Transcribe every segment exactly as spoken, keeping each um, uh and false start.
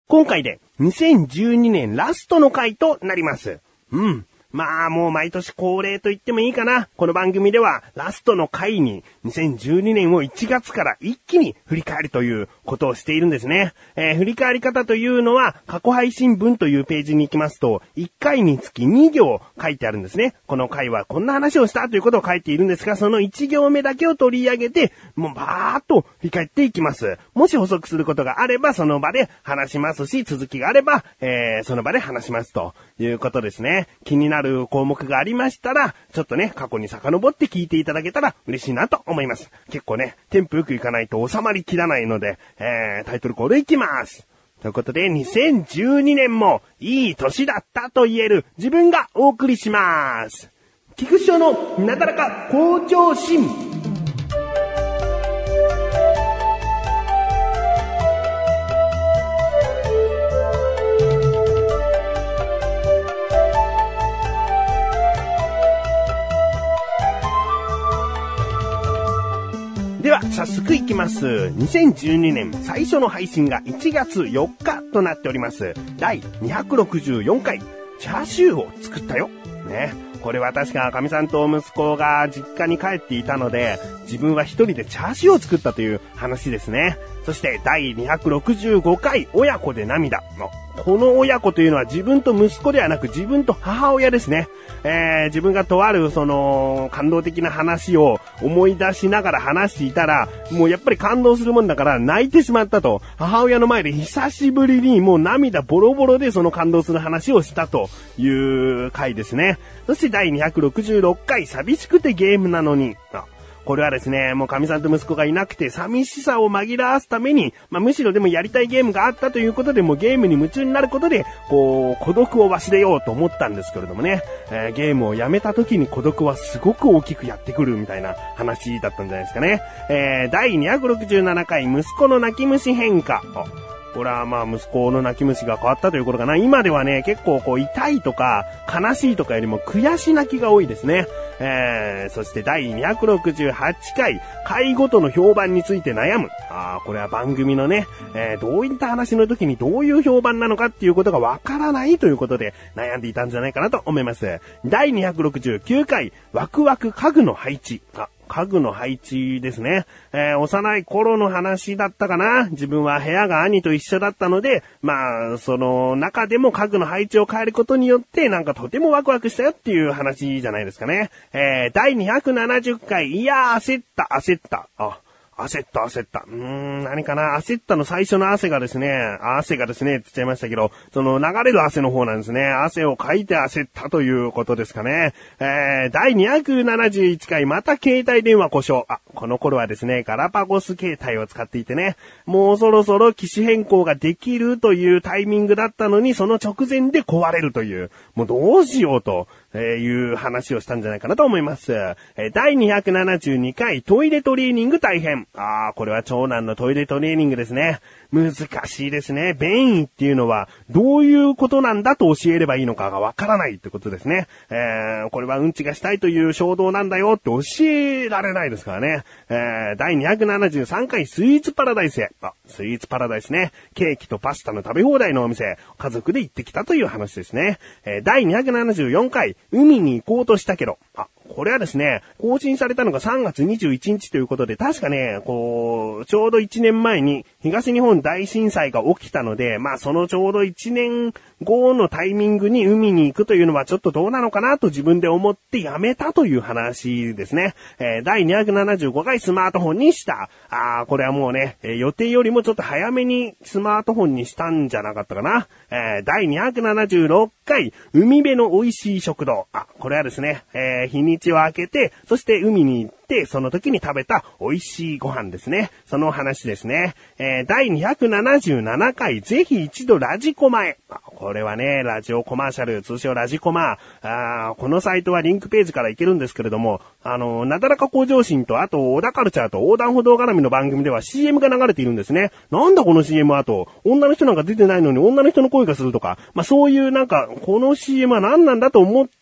今回でにせんじゅうにねんラストの回となります。うん。まあもう毎年恒例と言ってもいいかな。この番組ではラストの回ににせんじゅうにねんをいちがつから一気に振り返るということをしているんですね。えー、振り返り方というのは過去配信分というページに行きますといっかいにつきに行書いてあるんですね。この回はこんな話をしたということを書いているんですが、そのいち行目だけを取り上げてもうバーッと振り返っていきます。もし補足することがあればその場で話しますし、続きがあれば、えー、その場で話しますということですね。気になる項目がありましたら、ちょっとね、過去に遡って聞いていただけたら嬉しいなと思います。結構ね、テンポよくいかないと収まりきらないので、えー、タイトルコールいきます。ということで、にせんじゅうにねんもいい年だったと言える自分がお送りします。菊師匠のなだらか向上心。では早速いきます。にせんじゅうにねん最初の配信がいちがつよっかとなっております。だいにひゃくろくじゅうよんかいチャーシューを作ったよね。これは確かかみさんと息子が実家に帰っていたので、自分は一人でチャーシューを作ったという話ですね。そしてだいにひゃくろくじゅうごかい親子で涙のこの親子というのは自分と息子ではなく自分と母親ですね。えー、自分がとあるその感動的な話を思い出しながら話していたら、もうやっぱり感動するもんだから泣いてしまったと。母親の前で久しぶりにもう涙ボロボロでその感動する話をしたという回ですね。そしてだいにひゃくろくじゅうろっかい寂しくてゲームなのに。これはですね、もう神さんと息子がいなくて寂しさを紛らわすために、まあ、むしろでもやりたいゲームがあったということで、もうゲームに夢中になることで、こう、孤独を忘れようと思ったんですけれどもね、えー、ゲームをやめた時に孤独はすごく大きくやってくるみたいな話だったんじゃないですかね。えー、だいにひゃくろくじゅうななかい息子の泣き虫変化。これはまあ息子の泣き虫が変わったということかな。今ではね、結構こう痛いとか悲しいとかよりも悔し泣きが多いですね。えー、そしてだいにひゃくろくじゅうはちかい回ごとの評判について悩む。あー、これは番組のね、えー、どういった話の時にどういう評判なのかっていうことがわからないということで悩んでいたんじゃないかなと思います。だいにひゃくろくじゅうきゅうかいワクワク家具の配置。あ家具の配置ですね。えー、幼い頃の話だったかな。自分は部屋が兄と一緒だったので、まあ、その中でも家具の配置を変えることによって、なんかとてもワクワクしたよっていう話じゃないですかね。えー、だいにひゃくななじゅっかい、いやー焦った、焦った。あ焦った焦った。うーん、何かな焦ったの最初の汗がですね、汗がですね、って言っちゃいましたけど、その流れる汗の方なんですね。汗をかいて焦ったということですかね。えー、だいにひゃくななじゅういちかい、また携帯電話故障。あ、この頃はですね、ガラパゴス携帯を使っていてね、もうそろそろ機種変更ができるというタイミングだったのに、その直前で壊れるという、もうどうしようと。えー、いう話をしたんじゃないかなと思います。えー、だいにひゃくななじゅうにかいトイレトレーニング大変。あー、これは長男のトイレトレーニングですね。難しいですね。便意っていうのはどういうことなんだと教えればいいのかがわからないってことですね。えー、これはうんちがしたいという衝動なんだよって教えられないですからね。えー、だいにひゃくななじゅうさんかいスイーツパラダイスへ。あ、スイーツパラダイスね。ケーキとパスタの食べ放題のお店。家族で行ってきたという話ですね。えー、だいにひゃくななじゅうよんかい海に行こうとしたけど。あ、これはですね、更新されたのがさんがつにじゅういちにちということで、確かね、こう、ちょうどいちねんまえに東日本大震災が起きたので、まあそのちょうどいちねんごのタイミングに海に行くというのはちょっとどうなのかなと自分で思ってやめたという話ですね。えー、だいにひゃくななじゅうごかいスマートフォンにした。あー、これはもうね、えー、予定よりもちょっと早めにスマートフォンにしたんじゃなかったかな。えー、だいにひゃくななじゅうろっかい海辺の美味しい食堂。あ、これはですね、えー、日にちを明けて、そして海に行って、その時に食べた美味しいご飯ですね。その話ですね。えー、だいにひゃくななじゅうななかいぜひ一度ラジコマへ。これはね、ラジオコマーシャル、通称ラジコマ。あこのサイトはリンクページから行けるんですけれども、あの、なだらか向上心と、あと、小田カルチャーと横断歩道絡みの番組では シーエム が流れているんですね。なんだこの シーエム はと、女の人なんか出てないのに女の人の声がするとか、まあそういうなんか、この シーエム は何なんだと思って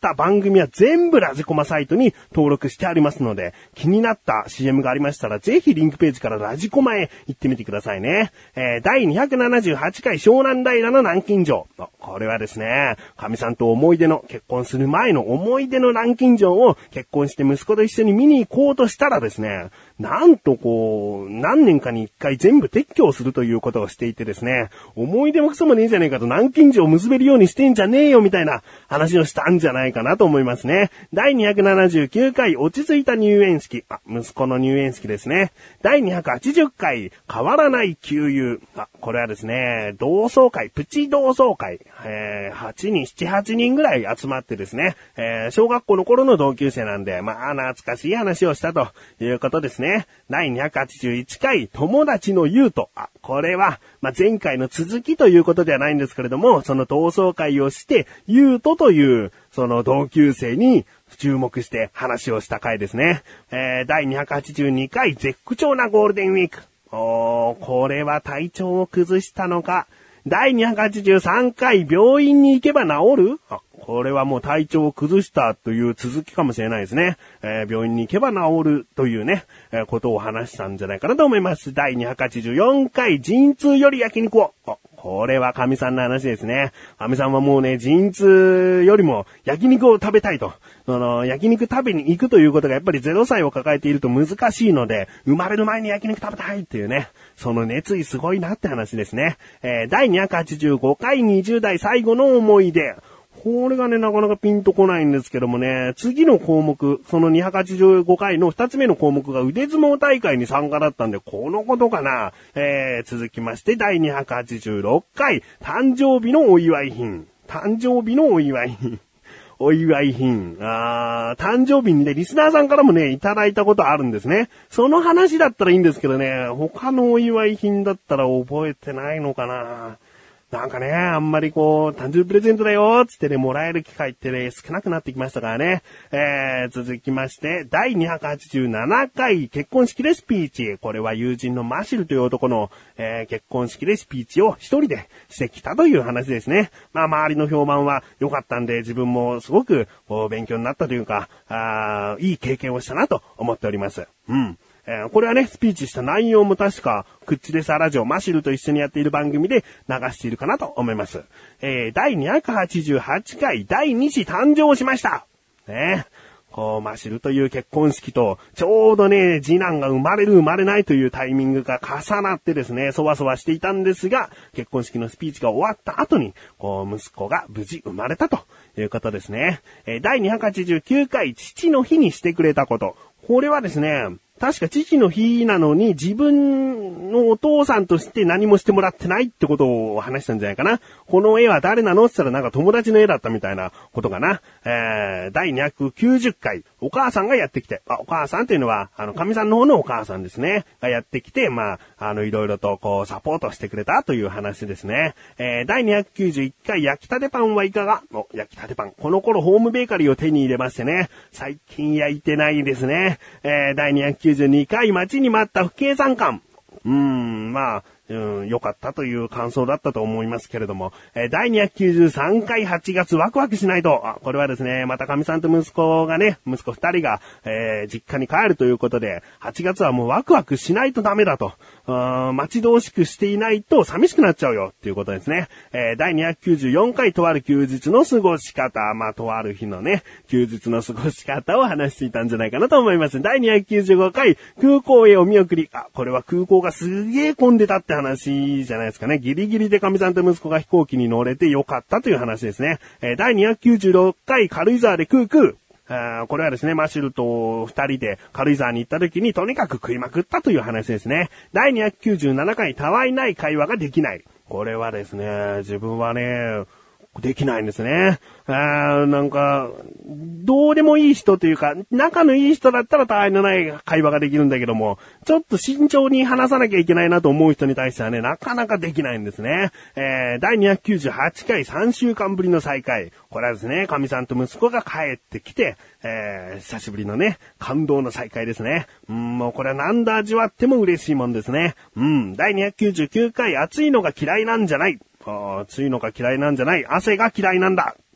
った番組は全部ラジコマサイトに登録してありますので、気になった シーエム がありましたら、ぜひリンクページからラジコマへ行ってみてくださいね。えー、だいにひゃくななじゅうはちかい湘南平の南京錠。これはですね、神さんと思い出の、結婚する前の思い出の南京錠を結婚して息子と一緒に見に行こうとしたらですね、なんとこう、何年かに一回全部撤去をするということをしていてですね、思い出もクソもねえじゃねえかと南京錠を結べるようにしてんじゃねえよみたいな話をしたんじゃないかなと思いますね。だいにひゃくななじゅうきゅうかい落ち着いた入園式。あ、息子の入園式ですね。だいにひゃくはちじゅっかい変わらない旧友。あ、これはですね、同窓会、プチ同窓会。えー、はちにん、なな、はちにんぐらい集まってですね、えー、小学校の頃の同級生なんで、まあ、懐かしい話をしたということですね。だいにひゃくはちじゅういっかい友達の優斗。あ、これは、まあ、前回の続きということではないんですけれども、その同窓会をして、優斗という、その同級生に注目して話をした回ですね。えー、だいにひゃくはちじゅうにかい絶不調なゴールデンウィーク。おー、これは体調を崩したのか。だいにひゃくはちじゅうさんかい病院に行けば治る？あ、これはもう体調を崩したという続きかもしれないですね。えー、病院に行けば治るというね、えー、ことを話したんじゃないかなと思います。だいにひゃくはちじゅうよんかい陣痛より焼肉を。あ、これは神さんの話ですね。神さんはもうね、陣痛よりも焼肉を食べたいと。その、焼肉食べに行くということがやっぱりゼロさいを抱えていると難しいので、生まれる前に焼肉食べたいっていうね、その熱意すごいなって話ですね。えー、だいにひゃくはちじゅうごかいにじゅうだい最後の思い出。これがね、なかなかピンとこないんですけどもね、次の項目、そのにひゃくはちじゅうごかいのふたつめの項目が腕相撲大会に参加だったんで、このことかな。えー、続きまして、だいにひゃくはちじゅうろっかい、誕生日のお祝い品。誕生日のお祝い品。お祝い品。あー、誕生日にね、リスナーさんからもね、いただいたことあるんですね。その話だったらいいんですけどね、他のお祝い品だったら覚えてないのかな。なんかね、あんまりこう、誕生日プレゼントだよつってね、もらえる機会ってね、少なくなってきましたからね。えー、続きまして、だいにひゃくはちじゅうななかい結婚式でスピーチ。これは友人のマシルという男の、えー、結婚式でスピーチを一人でしてきたという話ですね。まあ、周りの評判は良かったんで、自分もすごくこう勉強になったというか、あー、いい経験をしたなと思っております。うん。えー、これはね、スピーチした内容も確か、クッチレサラジオ、マシルと一緒にやっている番組で流しているかなと思います。えー、だいにひゃくはちじゅうはちかいだいに子誕生しました。ね。こう、マシルという結婚式と、ちょうどね、次男が生まれる生まれないというタイミングが重なってですね、そわそわしていたんですが、結婚式のスピーチが終わった後に、こう、息子が無事生まれたということですね。えー、だいにひゃくはちじゅうきゅうかい父の日にしてくれたこと。これはですね、確か父の日なのに自分のお父さんとして何もしてもらってないってことを話したんじゃないかな。この絵は誰なのって言ったらなんか友達の絵だったみたいなことかな。えー、だいにひゃくきゅうじゅっかい、お母さんがやってきて、あ、お母さんっていうのは、あの、神さんの方のお母さんですね。がやってきて、まあ、あの、いろいろとこう、サポートしてくれたという話ですね。えー、だいにひゃくきゅうじゅういっかい焼きたてパンはいかが？お、焼きたてパン。この頃ホームベーカリーを手に入れましてね。最近焼いてないですね。えー、だいにひゃくきゅうじゅうにかい待ちに待った不計算感。うーん、まあ、うん、良かったという感想だったと思いますけれども、えー、だいにひゃくきゅうじゅうさんかいはちがつワクワクしないと、あ、これはですね、また神さんと息子がね、息子二人が、えー、実家に帰るということで、はちがつはもうワクワクしないとダメだと、待ち遠しくしていないと寂しくなっちゃうよっていうことですね。えー、だいにひゃくきゅうじゅうよんかいとある休日の過ごし方、まあ、とある日のね、休日の過ごし方を話していたんじゃないかなと思います。だいにひゃくきゅうじゅうごかい空港へお見送り、あ、これは空港がすげー混んでたって話じゃないですかね。ギリギリで神さんと息子が飛行機に乗れてよかったという話ですね。えー、だいにひゃくきゅうじゅうろっかい軽井沢でクークー。あ、これはですね、マシルと二人で軽井沢に行った時にとにかく食いまくったという話ですね。だいにひゃくきゅうじゅうななかいたわいない会話ができない。これはですね、自分はね、できないんですね。あー、なんか、どうでもいい人というか、仲のいい人だったら他愛のない会話ができるんだけども、ちょっと慎重に話さなきゃいけないなと思う人に対してはね、なかなかできないんですね。えー、だいにひゃくきゅうじゅうはちかいさんしゅうかんぶりの再会。これはですね、神さんと息子が帰ってきて、えー、久しぶりのね、感動の再会ですね。うん、もうこれは何度味わっても嬉しいもんですね。うん、だいにひゃくきゅうじゅうきゅうかい暑いのが嫌いなんじゃない。あ、暑いのが嫌いなんじゃない。汗が嫌いなんだ。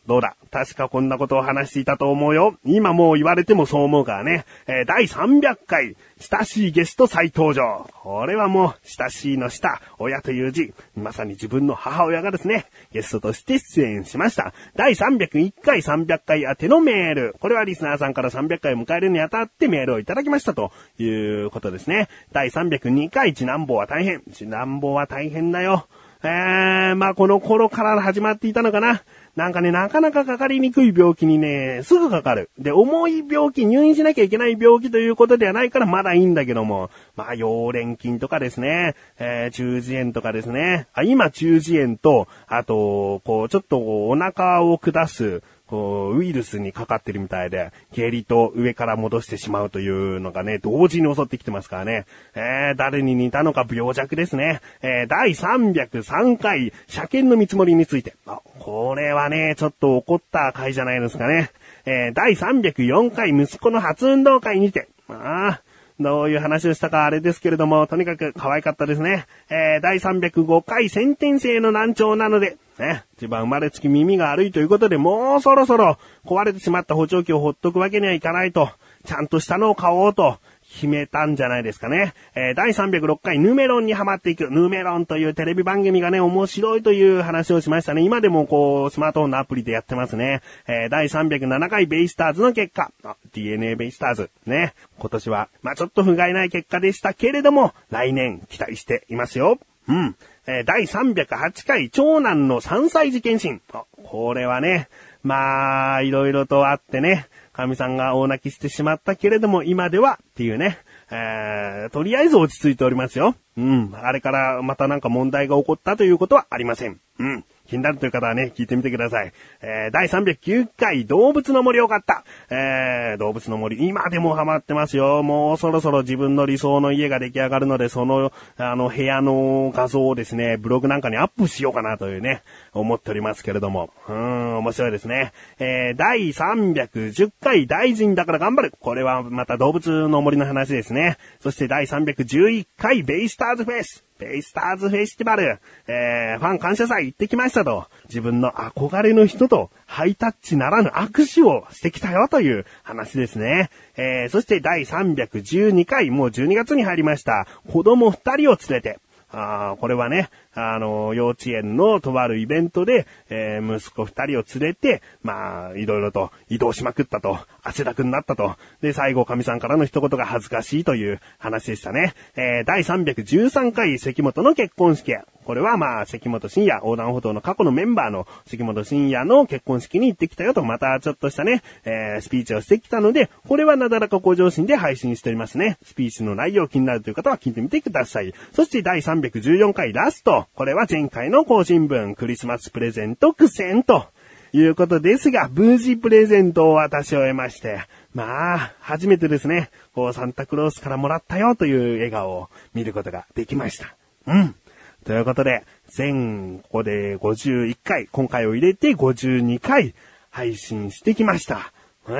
どうだ、確かこんなことを話していたと思うよ。今もう言われてもそう思うからね。えー、だいさんびゃっかい、親しいゲスト再登場。これはもう、親しいの下、親という字、まさに自分の母親がですね、ゲストとして出演しました。だいさんびゃくいっかい、さんびゃっかい宛てのメール。これはリスナーさんからさんびゃっかいを迎えるにあたってメールをいただきましたということですね。だいさんびゃくにかい、次男坊は大変。次男坊は大変だよ。えー、まあこの頃から始まっていたのかな。なんかね、なかなかかかりにくい病気にね、すぐかかる。で、重い病気、入院しなきゃいけない病気ということではないからまだいいんだけども、まあ、溶連菌とかですね、えー、中耳炎とかですね。あ、今中耳炎と、あと、こう、ちょっとお腹を下す、こう、ウイルスにかかってるみたいで、下痢と上から戻してしまうというのがね、同時に襲ってきてますからね。えー、誰に似たのか病弱ですね。えー、だいさんびゃくさんかい、車検の見積もりについて。あ、これはね、ちょっと怒った回じゃないですかね。えー、だいさんびゃくよんかい、息子の初運動会にて。ああ。どういう話をしたかあれですけれども、とにかく可愛かったですね。えー、だいさんびゃくごかい先天性の難聴なので、ね、一番生まれつき耳が悪いということで、もうそろそろ壊れてしまった補聴器をほっとくわけにはいかないと、ちゃんとしたのを買おうと、決めたんじゃないですかね。えー、だいさんびゃくろっかいヌメロンにハマっていく。ヌメロンというテレビ番組がね、面白いという話をしましたね。今でもこう、スマートフォンのアプリでやってますね。えー、だいさんびゃくななかいベイスターズの結果。あ、ディーエヌエー ベイスターズ。ね。今年は、まあちょっと不甲斐ない結果でしたけれども、来年期待していますよ。うん。えー、だいさんびゃくはちかい長男のさんさい児検診。あ、これはね、まあ、いろいろとあってね。神さんが大泣きしてしまったけれども、今ではっていうね、えー、とりあえず落ち着いておりますよ。うん。あれからまたなんか問題が起こったということはありません。うん。気になるという方はね、聞いてみてください。えー、だいさんびゃくきゅうかい動物の森を買った。えー、動物の森、今でもハマってますよ。もうそろそろ自分の理想の家が出来上がるので、その、あの、部屋の画像をですね、ブログなんかにアップしようかなというね、思っておりますけれども。うーん、面白いですね。えー、だいさんびゃくじゅっかい大臣だから頑張る。これはまた動物の森の話ですね。そしてだいさんびゃくじゅういっかいベイスターズフェス。ベイスターズフェスティバル、えー、ファン感謝祭行ってきましたと、自分の憧れの人とハイタッチならぬ握手をしてきたよという話ですね。えー、そしてだいさんびゃくじゅうにかい、もうじゅうにがつに入りました。子供ふたりを連れて、あこれはね、あの、幼稚園のとあるイベントで、えー、息子二人を連れて、まあ、いろいろと移動しまくったと、汗だくになったと。で、最後、神さんからの一言が恥ずかしいという話でしたね。えー、だいさんびゃくじゅうさんかい関本の結婚式。これはまあ、関本深也、横断歩道の過去のメンバーの関本深也の結婚式に行ってきたよと、またちょっとしたね、えー、スピーチをしてきたので、これはなだらか向上心で配信しておりますね。スピーチの内容気になるという方は聞いてみてください。そしてだいさんびゃくじゅうよんかいラスト。これは前回の更新分、クリスマスプレゼント苦戦ということですが、無事プレゼントを渡し終えまして、まあ、初めてですね、こうサンタクロースからもらったよという笑顔を見ることができました。うん。ということで、全、ここでごじゅういっかい、今回を入れてごじゅうにかい配信してきました。はい。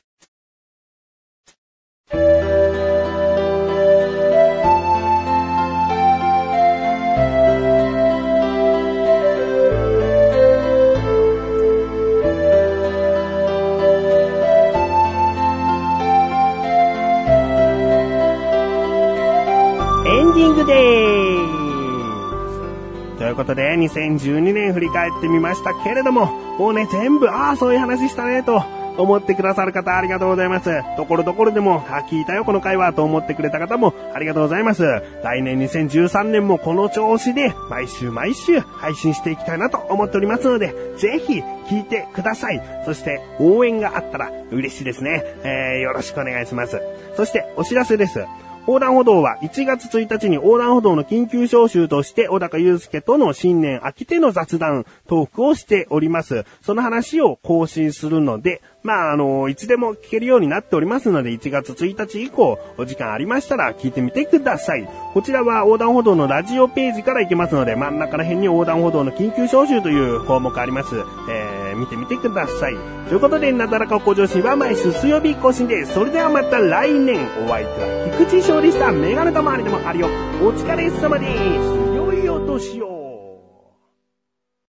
エンディングでーす。ということで、にせんじゅうにねん振り返ってみましたけれども、もうね、全部、ああ、そういう話したね、と思ってくださる方ありがとうございます。ところどころでも、あ、聞いたよ、この回は、と思ってくれた方もありがとうございます。来年にせんじゅうさんねんもこの調子で、毎週毎週配信していきたいなと思っておりますので、ぜひ聞いてください。そして、応援があったら嬉しいですね。えー、よろしくお願いします。そして、お知らせです。横断歩道はいちがつついたちに横断歩道の緊急招集として小高祐介との新年明けての雑談トークをしております。その話を更新するので、まあ、あの、いつでも聞けるようになっておりますので、いちがつついたち以降、お時間ありましたら聞いてみてください。こちらは横断歩道のラジオページから行けますので、真ん中ら辺に横断歩道の緊急招集という項目あります。えー、見てみてください。ということで、なだらか向上心は毎週水曜日更新です。それではまた来年、お相手は菊池翔でした。メガネと周りでもあるよ。お疲れ様です。良いお年を。